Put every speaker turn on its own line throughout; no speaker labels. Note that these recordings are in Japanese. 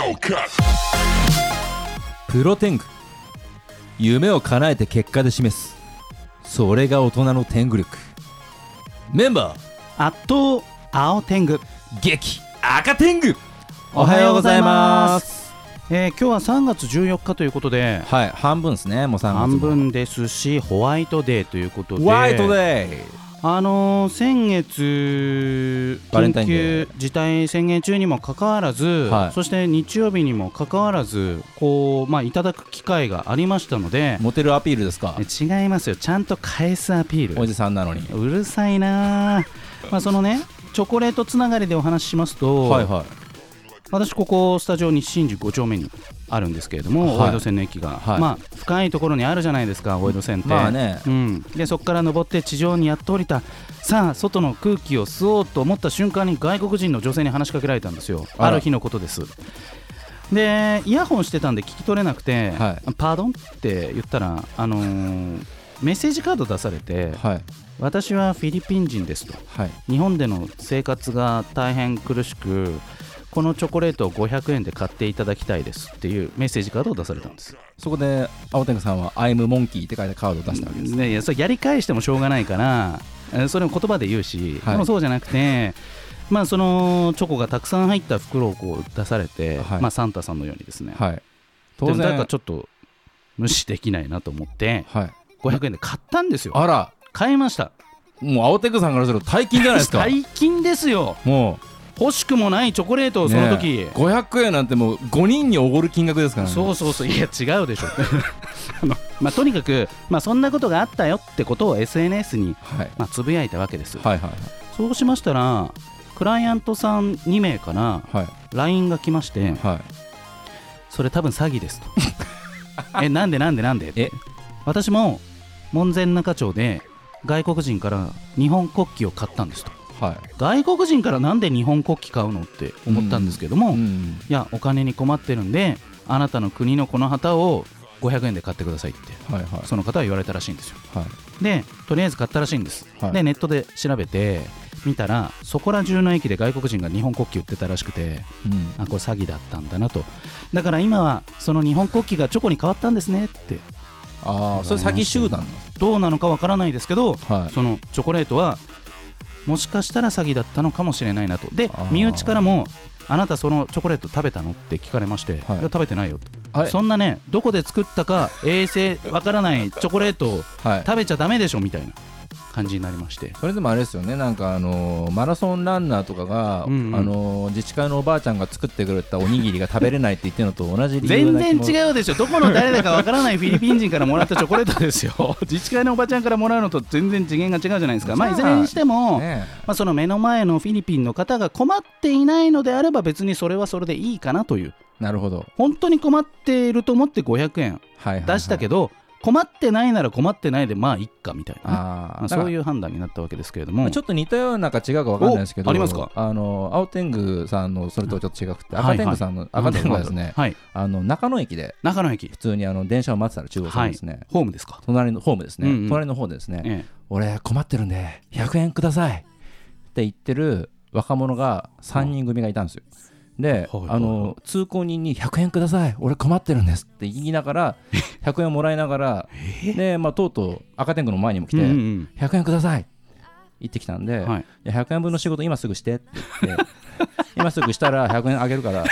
プロテング、夢を叶えて結果で示す、それが大人の天狗力。メンバー
圧倒青天狗、
激赤天狗。
おはようございます。今日は3月14日ということで、
はい、半分ですね。もう3月も
半分ですし、ホワイトデーということで、
ホワイトデー、
先月
バレンタインデー
緊急事態宣言中にもかかわらず、
はい、
そして日曜日にもかかわらずこう、いただく機会がありましたので。
モテるアピールですか？
違いますよ、ちゃんと返すアピール。
おじさんなのに
うるさいな。そのね、チョコレートつながりでお話ししますと、
はいはい、
私ここスタジオ西新宿5丁目にあるんですけれども、大江戸線の駅が、深いところにあるじゃないですか、大江戸線って。でそこから登って地上にやっと降りた。さあ外の空気を吸おうと思った瞬間に外国人の女性に話しかけられたんですよ。ある日のことです。でイヤホンしてたんで聞き取れなくて、パードンって言ったら、メッセージカード出されて、私はフィリピン人ですと、日本での生活が大変苦しく、このチョコレートを500円で買っていただきたいですっていうメッセージカードを出されたんです。
そこで青天狗さんは I'm Monkey って書いたカードを出したわけです
ね。いや、それやり返してもしょうがないから、それを言葉で言うし、でもそうじゃなくて、そのチョコがたくさん入った袋をこう出されて、サンタさんのようにですね、当然だからちょっと無視できないなと思って、500円で買ったんですよ。
あら、
買いました。
もう青天狗さんからすると大金じゃないですか。
大金ですよ。もう欲しくもないチョコレートをその時、
500円なんてもう5人におごる金額ですからね。
そういや違うでしょとにかく、そんなことがあったよってことを SNS に、つぶやいたわけです。そうしましたらクライアントさん2名から LINE が来まして、それ多分詐欺ですとなんで私も門前仲町で外国人から日本国旗を買ったんですと。外国人からなんで日本国旗買うのって思ったんですけども、いやお金に困ってるんで、あなたの国のこの旗を500円で買ってくださいって、その方は言われたらしいんですよ。でとりあえず買ったらしいんです。でネットで調べて見たら、そこら中の駅で外国人が日本国旗売ってたらしくて、これ詐欺だったんだなと。だから今はその日本国旗がチョコに変わったんですねって。
それ詐欺集団
どうなのかわからないですけど、そのチョコレートはもしかしたら詐欺だったのかもしれないなと。で身内からも、あなたそのチョコレート食べたのって聞かれまして、いや食べてないよと。そんなね、どこで作ったか衛生わからないチョコレートを食べちゃダメでしょみたいな感じになりまして。
それでもあれですよね、なんかマラソンランナーとかが、自治会のおばあちゃんが作ってくれたおにぎりが食べれないって言ってるのと同じ理由な気も。
全然違うでしょ。どこの誰だかわからないフィリピン人からもらったチョコレートですよ自治会のおばちゃんからもらうのと全然次元が違うじゃないですか。いずれにしても、その目の前のフィリピンの方が困っていないのであれば、別にそれはそれでいいかなという。
なるほど。
本当に困っていると思って500円出したけど、困ってないなら困ってないでいっかみたいな、そういう判断になったわけですけれども、
ちょっと似たようなか違うか分かんないですけど、
ありますか？
青天狗さんのそれとちょっと違くて、赤天狗さんの赤天狗はですね、中野駅で普通に電車を待ってたら、中央線ですね、
ホームですか？
隣のホームですね、隣の方でですね、俺困ってるんで100円くださいって言ってる若者が3人組がいたんですよ。で、通行人に100円ください、俺困ってるんですって言いながら100円をもらいながら、で、とうとう赤天狗の前にも来て、100円ください言ってきたんで、100円分の仕事今すぐしてって言って今すぐしたら100円あげるからって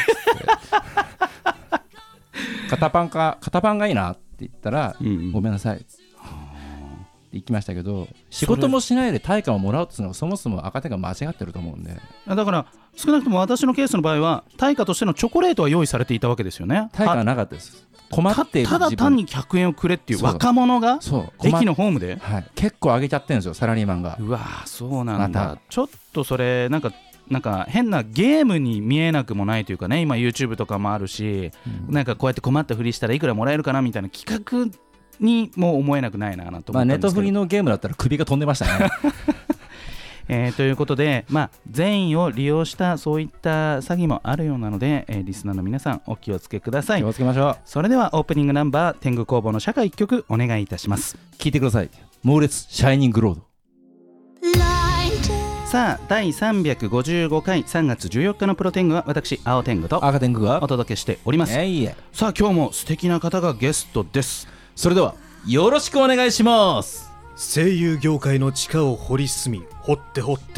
肩パンがいいなって言ったら、ごめんなさいって行きましたけど、仕事もしないで対価をもらうっていうのはそもそも赤点が間違ってると思うんで。
だから少なくとも私のケースの場合は対価としてのチョコレートは用意されていたわけですよね。
対価はなかったです。困っている
ただ単に100円をくれっていう若者が駅のホームで、
結構上げちゃってるんですよ、サラリーマンが。
うわそうなんだ、ちょっとそれなんか変なゲームに見えなくもないというかね。今 YouTube とかもあるし、なんかこうやって困ったふりしたらいくらもらえるかなみたいな企画にも思えなくないなと思ったんですけど、
ネットフリのゲームだったら首が飛んでましたね
ということで、善意を利用したそういった詐欺もあるようなので、リスナーの皆さんお気をつけください。
気をつけましょう。
それではオープニングナンバー天狗工房の社会1曲お願いいたします。
聴いてください。猛烈シャイニングロード。
さあ第355回3月14日のプロテングは私青天狗と
赤天狗が
お届けしております。さあ今日も素敵な方がゲストです。
それではよろしくお願いします。
声優業界の地下を掘り進み掘って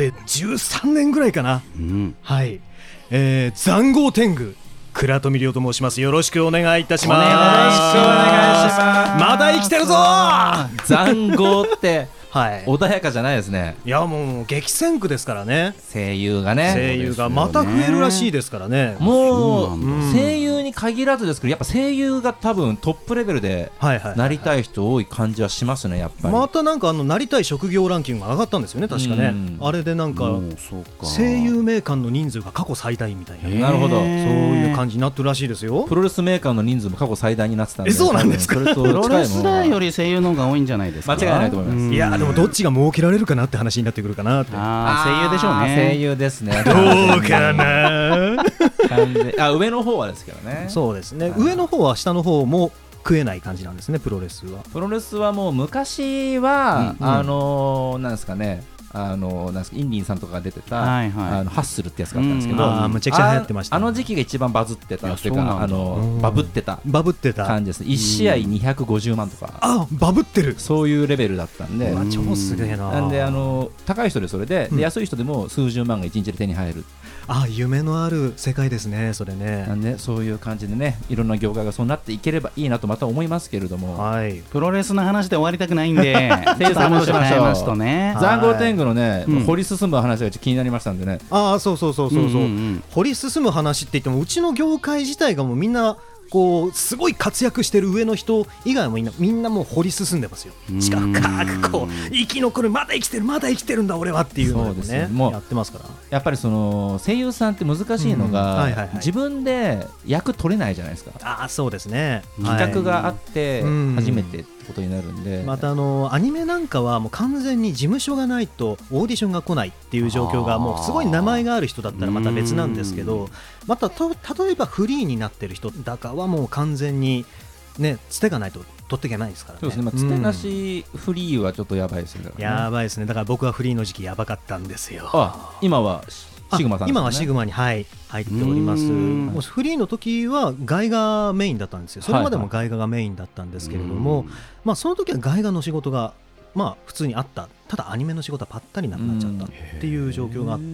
13年ぐらいかな、はい、残豪天狗倉富亮と申します。よろしくお願いいたします。
お願いします。
まだ生きてるぞ
残豪って
はい、
穏やかじゃないですね。
いやもう激戦区ですからね。
声優が
また増えるらしいですからね。
もう声優に限らずですけど、やっぱ声優が多分トップレベルでなりたい人多い感じはしますね。やっぱり
またなんかなりたい職業ランキングが上がったんですよね、確かね。あれでなんか声優名鑑の人数が過去最大みたいな、
なるほど、そう
いう感じになってるらしいですよ。
プロレス名鑑の人数も過去最大になってたんで。
そうなんですか。
プロレスラーより声優の方が多いんじゃないですか。
間違いないと思います。
いやでもどっちが儲けられるかなって話になってくるかなって。
声優でしょうね。
声優ですね。
どうかな
上の方はですけどね。
そうですね。上の方は下の方も食えない感じなんですね。プロレスはも
う昔は、なんですかね、インディンさんとかが出てた、ハッスルってやつがあったんですけど、
むちゃくちゃ流行ってました、
あの時期が一番バズってたっていうか、バブってた感じです。1試合250万とか、
バブってる、
そういうレベルだったんで、
超すげえな。
なんで高い人でそれで、安い人でも数十万が1日で手に入る。
夢のある世界ですね、それね。
なんでそういう感じでね、いろんな業界がそうなっていければいいなとまた思いますけれども、
プロレスの話で終わりたくないんで
声優さん戻しましょう。残豪天狗のね、掘り進む話が気になりましたんでね。
そう掘り進む話って言っても、うちの業界自体がもうみんなこうすごい活躍してる上の人以外もみんなもう掘り進んでますよ。地下深くこう生き残る、まだ生きてるんだ俺はっていうのをねやってますから。
やっぱりその声優さんって難しいのが、自分で役取れないじゃないですか。
そうですね。
企画があって初めてってことになるんで、
またアニメなんかはもう完全に事務所がないとオーディションが来ないっていう状況が、もうすごい名前がある人だったらまた別なんですけど、また例えばフリーになってる人だからはもう完全にね、つてがないと取っていけないですからね。
そうですね、つてなしフリーはちょっとやばいですね。
やばいですね。だから僕はフリーの時期やばかったんですよ。
今はシグマさんですね。
今はシグマに、入っております。もうフリーの時は外画メインだったんですよ。それまでも外画がメインだったんですけれども、その時は外画の仕事が普通にあった。ただアニメの仕事はぱったりなくなっちゃったっていう状況があって、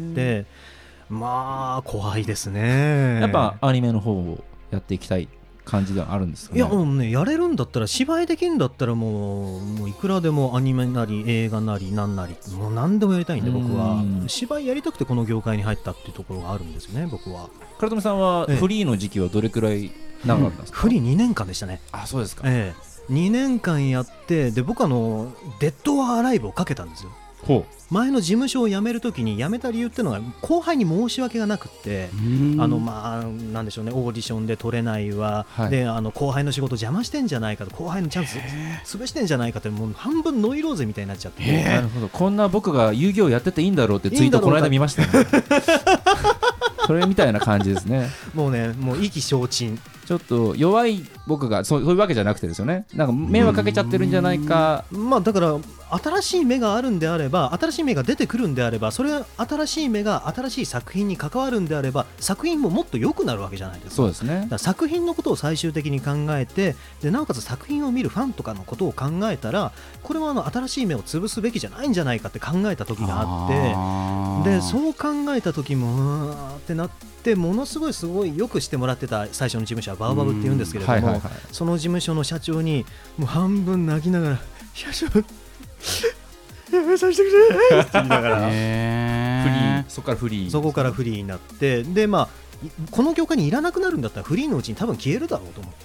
怖いですね。
やっぱアニメの方をやっていきたい感じではあるんですかね。
いやもうね、やれるんだったら、芝居できるんだったらもういくらでもアニメなり映画なりなんなりもう何でもやりたいんで、僕は芝居やりたくてこの業界に入ったっていうところがあるんですよね。僕は。
倉富さんはフリーの時期はどれくらい長かったんですか？
フリー2年間でしたね。
そうですか。
2年間やって、で僕デッド・オア・アライブをかけたんですよ。前の事務所を辞めるときに辞めた理由っていうのが、後輩に申し訳がなくて、なんでしょうね、オーディションで取れないわ、で後輩の仕事邪魔してんじゃないかと、後輩のチャンス潰してんじゃないかって、もう半分ノイローゼみたいになっちゃって、
なるほど、こんな僕が遊戯をやってていいんだろうってツイートこの間見ましたね。それみたいな感じですね。
もう意気消沈。
ちょっと弱い僕がそういうわけじゃなくてですよね。なんか迷惑かけちゃってるんじゃないか。
だから新しい目があるんであれば、新しい目が出てくるんであれば、それは新しい目が新しい作品に関わるんであれば、作品ももっと良くなるわけじゃないですか。
そうですね。
だから作品のことを最終的に考えて、でなおかつ作品を見るファンとかのことを考えたら、これは新しい目を潰すべきじゃないんじゃないかって考えた時があって、でそう考えた時もってなって、ものすごいよくしてもらってた最初の事務所はバオバブって言うんですけれども、その事務所の社長にもう半分泣きながら、社長やめさせてくれって言いながら
そこからフリ
ーになって、でこの業界にいらなくなるんだったらフリーのうちに多分消えるだろうと思って、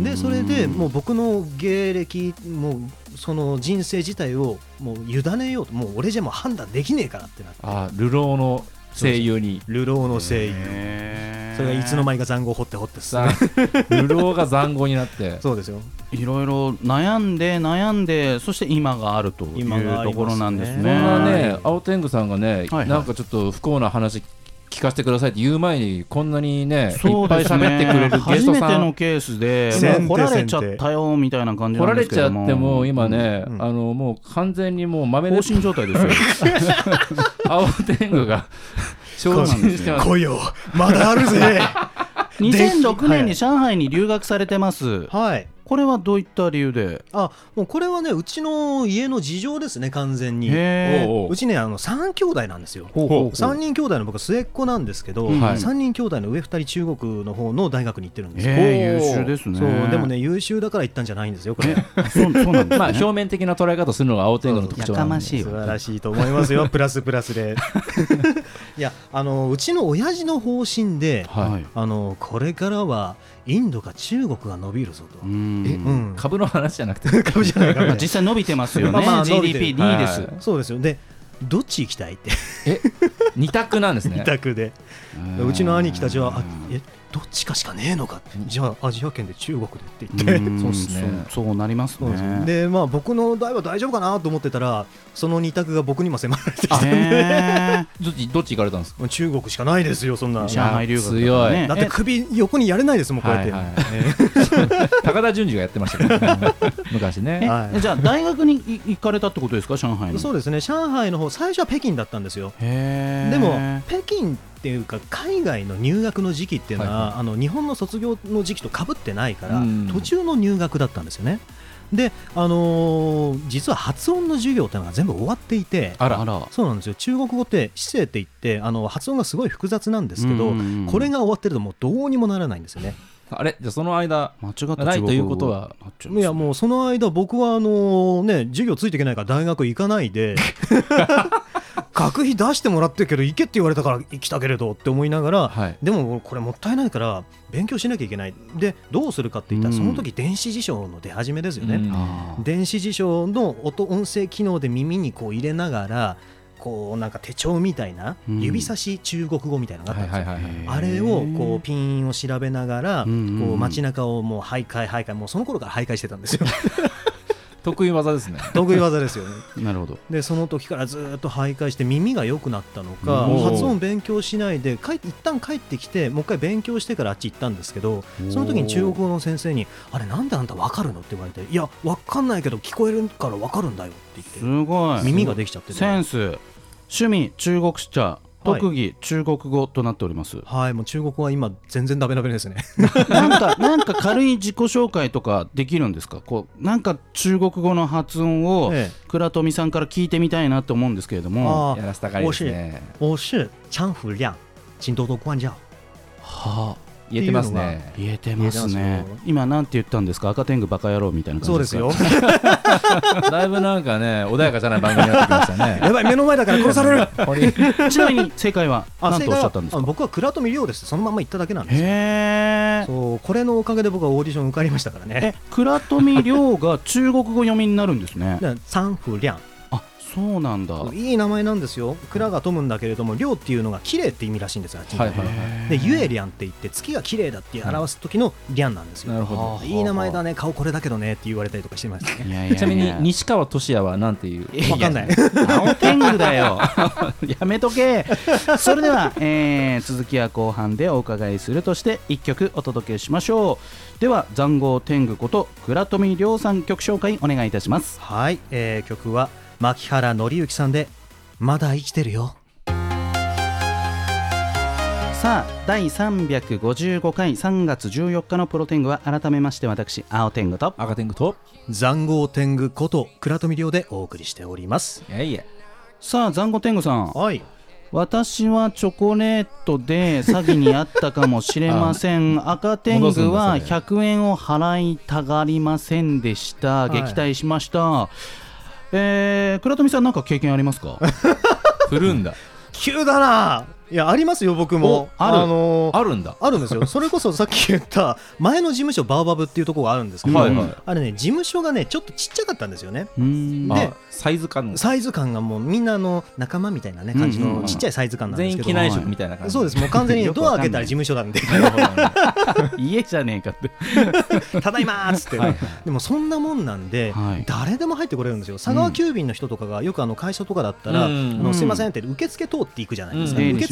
でそれでもう僕の芸歴もその人生自体をもう委ねようと、もう俺じゃもう判断できねえからってなって、
流浪の声優に。
流浪の声優、それがいつの間にか残壕掘って
流浪が残壕になって
そうですよ。
いろいろ悩んで、そして今があるというところなんですね。
青天狗さんがね、なんかちょっと不幸な話聞聞かせてくださいって言う前にこんなにねいっぱい喋ってくれるゲストさん、
初めてのケースでもう来られちゃったよみたいな感じなんですけども、
来られちゃっても今ね、もう完全にもう豆
放心状態ですよ
青天狗が昇進してます。
来いよまだあるぜ
2006年に上海に留学されてます。
はい、
これはどういった理由で？
もうこれはねうちの家の事情ですね完全に。うちね3兄弟なんですよ。3人兄弟の僕は末っ子なんですけど、3人兄弟の上2人中国の方の大学に行ってるんですよ。
優秀ですね。
そうでもね優秀だから行ったんじゃないんですよこれ。
そうなんですね。
まあ表面的な捉え方するのが青天狗の特徴なんで
素
晴らしいと思いますよプラスでいやうちの親父の方針で、これからはインドか中国が伸びるぞと。
株の話じゃなくて
株じゃない
実際伸びてますよね。GDP2 位です。
そうですよ。でどっち行きたいって
二択なんですね。
二択でうちの兄貴たちはどっちかしかねえのか、じゃあアジア圏で中国でって言って
そうですね。そうなりますね。
でまあ僕の代は大丈夫かなと思ってたらその二択が僕にも迫られてきたんで
どっち行かれたんですか？
中国しかないですよそんな。
上海留学
強い。
だって首横にやれないですもんこうやって。
高田純次がやってましたね昔ね。
じゃあ大学に行かれたってことですか上海に？
そうですね。上海の方最初は北京だったんですよ。でも北京っていうか海外の入学の時期っていうのは、日本の卒業の時期と被ってないから途中の入学だったんですよね。で、実は発音の授業っていうのが全部終わっていて、そうなんですよ。中国語って姿勢って言って発音がすごい複雑なんですけど、これが終わってるともうどうにもならないんですよね。
あれじゃあその間
間違った
ないということは、
いやもうその間僕は授業ついていけないから大学行かないで学費出してもらってるけど行けって言われたから行きたけれどって思いながら、でもこれもったいないから勉強しなきゃいけない。でどうするかって言ったら、その時電子辞書の出始めですよね。電子辞書の音声機能で耳にこう入れながらこうなんか手帳みたいな指差し中国語みたいなのがあったんですよ。あれをこうピンを調べながらこう街中をもう徘徊もうその頃から徘徊してたんですよ
得意技ですね。
得意技ですよね。
なるほど。
でその時からずっと徘徊して耳が良くなったのか、発音勉強しないで一旦帰ってきてもう一回勉強してからあっち行ったんですけど、その時に中国語の先生にあれなんであんた分かるのって言われて、いや分かんないけど聞こえるから分かるんだよって言って、
すごい
耳ができちゃって、
センス。趣味中国茶、特技中国語となっております。
はい、もう中国語は今全然ダメですね
なんか軽い自己紹介とかできるんですか？こうなんか中国語の発音を倉富さんから聞いてみたいなと思うんですけれども。
やらせたかいですね。
我是張福亮，请多多关照。
はあ、言えてますね。
言えてますね。今なんて言ったんですか？赤天狗バカ野郎みたいな感じですか？
そうですよ
だいぶなんかね穏やかじゃない番組になってきましたね
やばい目の前だから殺される
ちなみに正解は何とおっしゃったんですか？
僕は倉富亮です。そのまま言っただけなんですよ。そうこれのおかげで僕はオーディション受かりましたからね。
倉富亮が中国語読みになるんですね。
張福亮。
そうなんだ。
いい名前なんですよ。蔵が富むんだけれども亮っていうのが綺麗って意味らしいんですよ。でユエリャンって言って月が綺麗だって表す時のリャンなんですよ。
なるほど。
いい名前だね、顔これだけどねって言われたりとかしてましたね。
ちなみに西川俊也はなんていう？
分かんない。
青天狗だよやめとけそれでは、続きは後半でお伺いするとして1曲お届けしましょう。では残豪天狗こと倉富亮さん、曲紹介お願いいたします。
はい、曲は牧原紀之さんでまだ生きてるよ。
さあ第355回3月14日のプロ天狗は改めまして私青天狗と
赤天狗と
残豪天狗こと倉富亮でお送りしております。
さあ残豪天狗さん、
はい、
私はチョコレートで詐欺にあったかもしれません赤天狗は100円を払いたがりませんでした、撃退しました。倉富さん何か経験ありますか？
振るんだ。
急だな。いやありますよ僕も。
あるんだ。
あるんですよ。それこそさっき言った前の事務所バオバブっていうところがあるんですけど、あれね事務所がねちょっとちっちゃかったんですよね。で
サイズ感
がもうみんな仲間みたいなね感じのちっちゃいサイズ感なんですけど、
全員機内食みたいな感じ。
そうです。もう完全にドア開けたら事務所なんで
家じゃねえかって
ただいまーっつってでもそんなもんなんで誰でも入ってこれるんですよ。佐川急便の人とかがよく会社とかだったらすいませんって受付通っていくじゃないですか。受付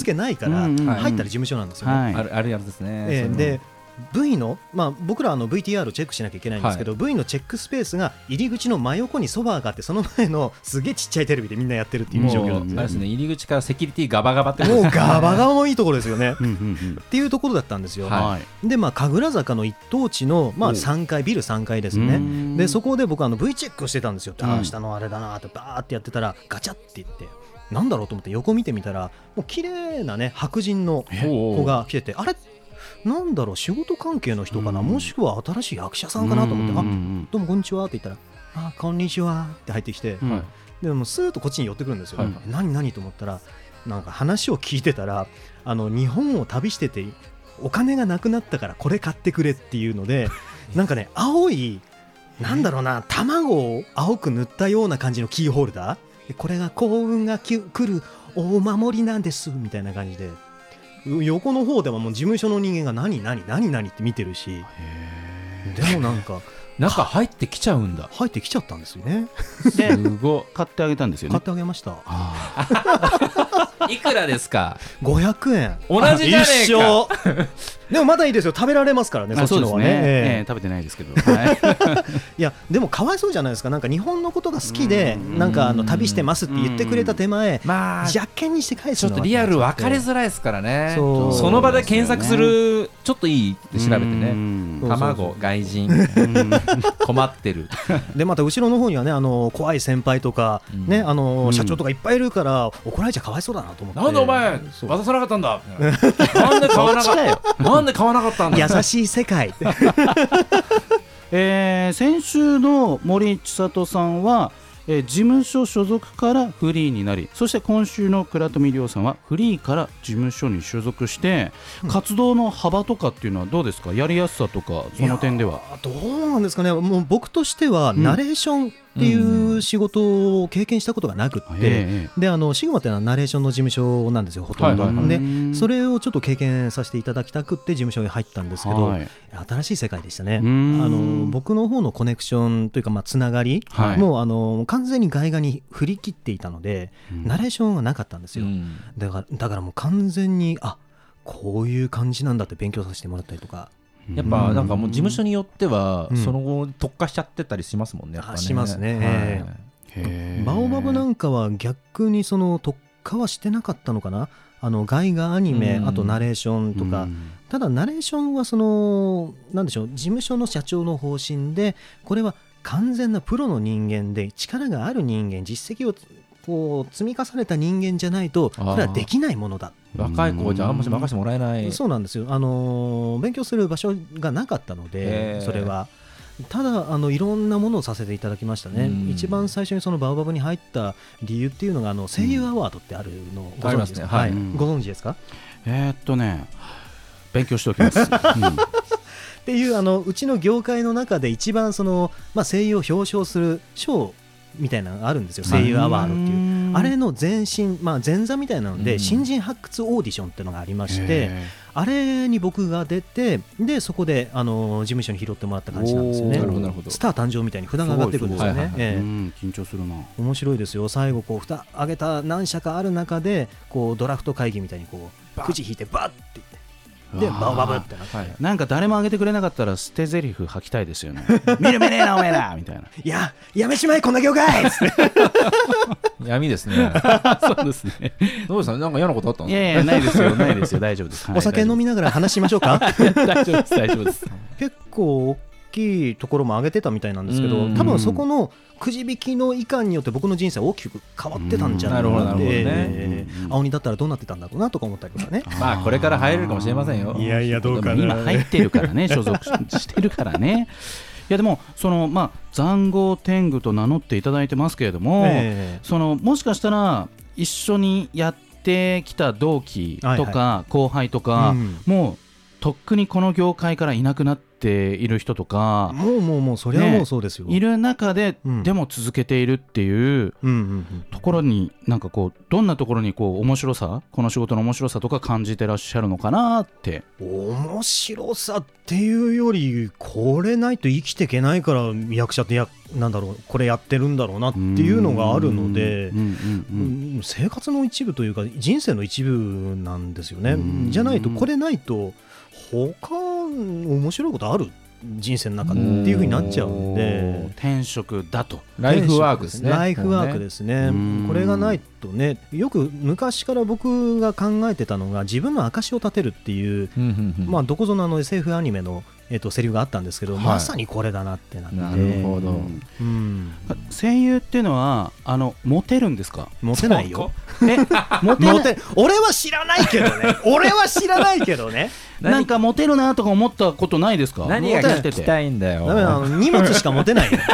付けないから入ったら事務所なんですよね。
あるあるですね。
でV の、僕らVTR をチェックしなきゃいけないんですけど、V のチェックスペースが入り口の真横にソファーがあって、その前のすげえちっちゃいテレビでみんなやってるっていう状況なんですね。
入り口からセキュリティガバガバって
もうガバガバもいいところですよねっていうところだったんですよ。で神楽坂の一等地の3階ビル3階ですね。でそこで僕V チェックをしてたんですよ。下のあれだなってバーってやってたらガチャって言ってなんだろうと思って横見てみたらもう綺麗なね白人の子が来てて、あれなんだろう仕事関係の人かな、もしくは新しい役者さんかなと思って、どうもこんにちはって言ったらこんにちはって入ってきて、でもスーッとこっちに寄ってくるんですよ。何と思ったらなんか話を聞いてたら日本を旅しててお金がなくなったからこれ買ってくれっていうのでなんかね青いなんだろうな卵を青く塗ったような感じのキーホルダー、これが幸運が来るお守りなんですみたいな感じで、横の方ではもう事務所の人間が何って見てるし、でもなんか
中入ってきちゃうんだ。
入ってきちゃったんですよね。
で買ってあげたんですよね。
買ってあげました。
いくらですか
？500円。
同じじゃねえか。
でもまだいいですよ、食べられますからね。そっちのはね、
食べてないですけど
いやでもかわいそうじゃないですか。なんか日本のことが好きでなんか旅してますって言ってくれた手前邪険にして返すのは
ちょっとリアル分かりづらいですからね。その場で検索するちょっといいって調べてね、卵外人困ってる
でまた後ろの方にはね怖い先輩とかね社長とかいっぱいいるから怒られちゃかわいそうだなと思って、
なんでお前渡さなかったんだなんで買わなかったなんで買わなかったんだ
優しい世界
先週の森千里さんは事務所所属からフリーになり、そして今週の倉富亮さんはフリーから事務所に所属して、活動の幅とかっていうのはどうですか？やりやすさとかその点では。
どうなんですかね。もう僕としてはナレーションっていう仕事を経験したことがなくって、でシグマっていうのはナレーションの事務所なんですよほとんど、でそれをちょっと経験させていただきたくって事務所に入ったんですけど、新しい世界でしたね。僕の方のコネクションというかつながりもう完全に外画に振り切っていたので、ナレーションはなかったんですよ。だからもう完全にこういう感じなんだって勉強させてもらったりとか。
やっぱなんかもう事務所によってはその後特化しちゃってたりしますもんね。やっぱね
しますね。バオバブなんかは逆にその特化はしてなかったのかな。外画アニメ、あとナレーションとか、ただナレーションはそのなんでしょう、事務所の社長の方針でこれは完全なプロの人間で力がある人間、実績をこう積み重ねた人間じゃないとこれはできないものだ。
若い子じゃあんまし任せてもらえない。
そうなんですよ。勉強する場所がなかったので、それはただいろんなものをさせていただきましたね。一番最初にそのバオバブに入った理由っていうのが声優アワードってあるのをご存知ですか？ご存知ですか？
勉強しておきます、
っていううちの業界の中で一番その、声優を表彰する賞みたいなのがあるんですよ、声優アワードっていう。あれの前座みたいなので、新人発掘オーディションっていうのがありまして、あれに僕が出て、でそこで事務所に拾ってもらった感じなんですよね。スター誕生みたいに札が上がってくるんですよね。
緊張するな。
面白いですよ。最後札上げた何社かある中でドラフト会議みたいにくじ引いてバッていってでバオバブってなって、
なんか誰も上げてくれなかったら捨て台詞吐きたいですよね。見る目ねえなおめえなみたいな。
いややめちまえこんな業界
闇ですね。
そうですね。
どうですか、なんか嫌なことあったんですか？
いやないですよないですよ、大丈夫です。
お酒飲みながら話しましょうか？
大丈夫です。
結構大きいところも上げてたみたいなんですけど、多分そこのくじ引きの以下によって僕の人生大きく変わってたんじゃないかなって、青鬼だったらどうなってたんだろうなとか思ったりとかね。
これから入れるかもしれませんよ。
いやどうかな。
今入ってるからね、所属してるからね。いやでもその塹壕天狗と名乗っていただいてますけれども、もしかしたら一緒にやってきた同期とか後輩とか、もうとっくにこの業界からいなくなっている人とか
もうそれはもうそうですよ、
いる中で、でも続けているっていうところになんかこうどんなところにこう面白さ、この仕事の面白さとか感じてらっしゃるのかなって。
面白さっていうより、これないと生きていけないから役者ってなんだろう、これやってるんだろうなっていうのがあるので、生活の一部というか人生の一部なんですよね。じゃないと、これないと他面白いことある人生の中でっていう風になっちゃうんで、
転職だと
ライフワークですね。
ライフワークですね。これがないとね、よく昔から僕が考えてたのが、自分の証を立てるっていう、まあどこぞのSF アニメのセリフがあったんですけど、まさにこれだなってなって。
なるほど。
声優っていうのはモテるんですか？
モテないよ。
モテ
俺は知らないけどね。俺は知らないけどね。
なんかモテるなとか思ったことないですか？
何が聞きたいんだよ。
ダメだ、荷物しか持てないよ。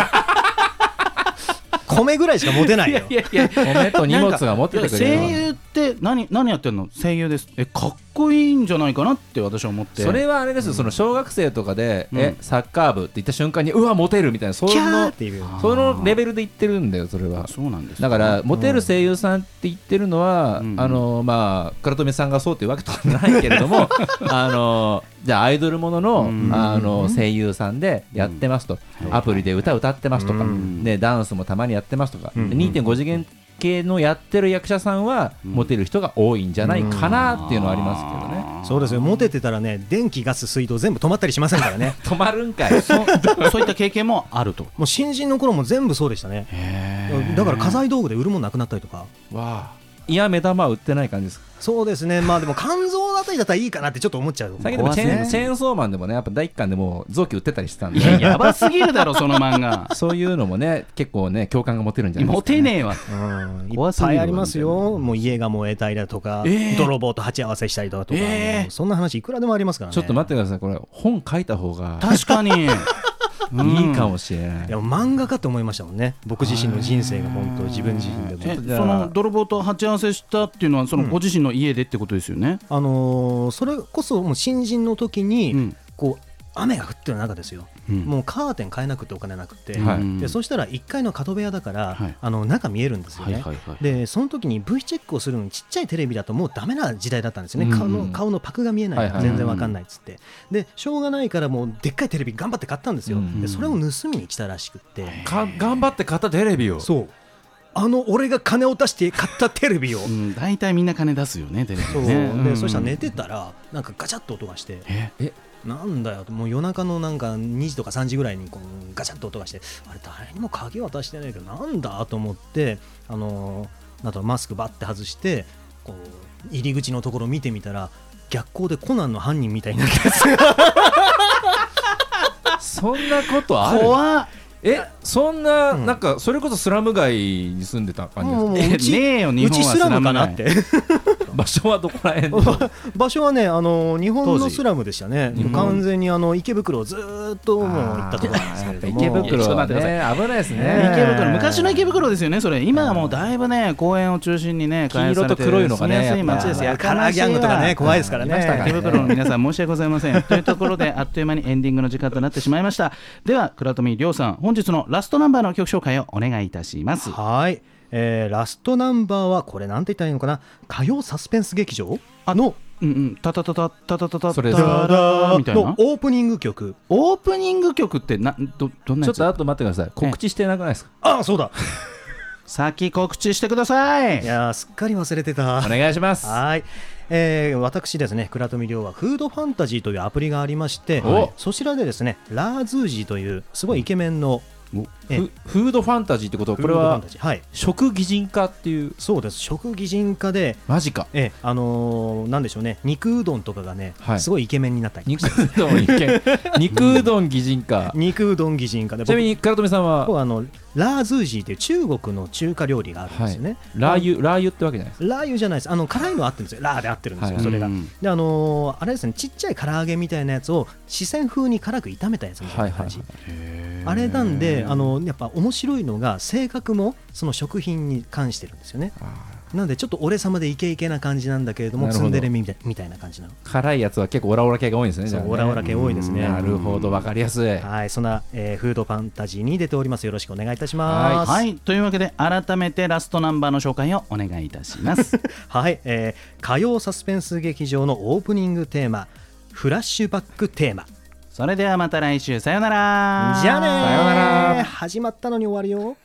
米ぐらいしか持てないよ。
米と荷物が持っててくれる。
声優って何やってんの？声優です。かっこいいんじゃないかなって私は思って。
それはあれですよ、その小学生とかで、サッカー部って言った瞬間にうわモテるみたいな、そのレベルで言ってるんだよ、それは。
そうなんです。
だからモテる声優さんって言ってるのは、まあ倉富さんがそうというわけではないけれどもじゃあアイドルものの声優さんでやってますと、アプリで歌ってますとか、ダンスもたまにやってますとか、2.5 次元系のやってる役者さんはモテる人が多いんじゃないかなっていうのはありますけどね。
そうですよ、モテてたらね、電気ガス水道全部止まったりしませんからね。
止まるんかい。
そういった経験もあると。
もう新人の頃も全部そうでしたね。だから家財道具で売るもんなくなったりとか。
わあ、いや目玉は売ってない感じですか？
そうですね。まあでも肝臓あたりだったらいいかなってちょっと思っちゃう。
最近でもチェーンソーマンでもね、やっぱ第一巻でも臓器売ってたりしてたんで、
やばすぎるだろその漫画。
そういうのもね、結構ね共感が持てるんじゃないですか、ね。
モテねえわ。
いっぱいありますよ。もう家が燃えたりだとか、泥棒と鉢合わせしたりだとか、そんな話いくらでもありますからね。
ちょっと待ってください、これ本書いた方が
確かに
いいかもしれない。
でも漫画かと思いましたもんね、僕自身の人生が。本当自分自身でも。
その泥棒と鉢合わせしたっていうのはそのご自身の家でってことですよね。
それこそもう新人の時にこう雨が降ってる中ですよ、もうカーテン買えなくてお金なくて、でそしたら1階の角部屋だから、中見えるんですよね。でその時に V チェックをするのにちっちゃいテレビだともうダメな時代だったんですよね。顔のパクが見えないから全然わかんないっつって、でしょうがないからもうでっかいテレビ頑張って買ったんですよ。でそれを盗みに来たらしくって、
頑張って買ったテレビを。
そう俺が金を出して買ったテレビを、
大体みんな金出すよね、テレビね。
でそしたら寝てたらなんかガチャッと音がして、なんだよ、もう夜中のなんか2時とか3時ぐらいにこうガチャッと音がして、あれ誰にも鍵渡してないけどなんだと思って、なんとマスクバッて外してこう入り口のところ見てみたら、逆光でコナンの犯人みたいになって
そんなことある？
怖っ。
そんな、なんかそれこそスラム街に住んでた感じです
か？ねえよ、日本は
スラムかなって
場所はどこら辺？
場所はね、日本のスラムでしたね。完全に池袋をずっともう行ったところなんですけれども。
池袋はね、危ないですね。
池袋、昔の池袋ですよね、それ。今はもうだいぶね、公園を中心にね、
黄色と黒いのがね、
住みやすい街ですよ。
カラーギャングとかね、怖いですからね。
池袋の皆さん申し訳ございません。というところで、あっという間にエンディングの時間となってしまいました。では倉富亮さん、本日のラストナンバーの曲紹介をお願いいたします。
はい、ラストナンバーはこれなんて言ったらいいのかな、歌謡サスペンス劇場の
タタタタタタタタ
それ
みたいな
のオープニング曲。
オープニング曲ってどんなやつ？
ちょっとあと待ってください、告知してなくないですか？
あ、そうだ
先告知してください。
いやすっかり忘れてた。
お願いします。
はい、私ですね、倉富亮はフードファンタジーというアプリがありまして、そちらでですね、ラーズージーというすごいイケメンの
フードファンタジーってことは、これは食擬人化っていう。
そうです、食擬人化で、
マジか。
なんでしょうね、肉うどんとかがね、すごいイケメンになったり、
肉うどん擬人化。
肉うどん擬人化で、
ちなみに倉富さんは
ラーズージーという中国の中華料理があるんですよね。
ラー油ってわけじゃないですか？
ラー油じゃないです。辛いのあってるんですよ。ラーで合ってるんですよ、それが。であれですね、ちっちゃい唐揚げみたいなやつを四川風に辛く炒めたやつみたいな感じ。あれなんでやっぱ面白いのが性格もその食品に関してるんですよね。 なのでちょっと俺様でイケイケな感じなんだけれども、ツンデレみたいな感じなの。
辛いやつは結構オラオラ系が多いんですね。
そうオラオラ系多いですね。
なるほど、わかりやすい。
はい、そんな、フードファンタジーに出ております。よろしくお願いいたします。
はい、というわけで改めてラストナンバーの紹介をお願いいたします
はい、火曜サスペンス劇場のオープニングテーマ、フラッシュバックテーマ。
それではまた来週、さよなら。
じゃあね。
さよなら。
始まったのに終わるよ。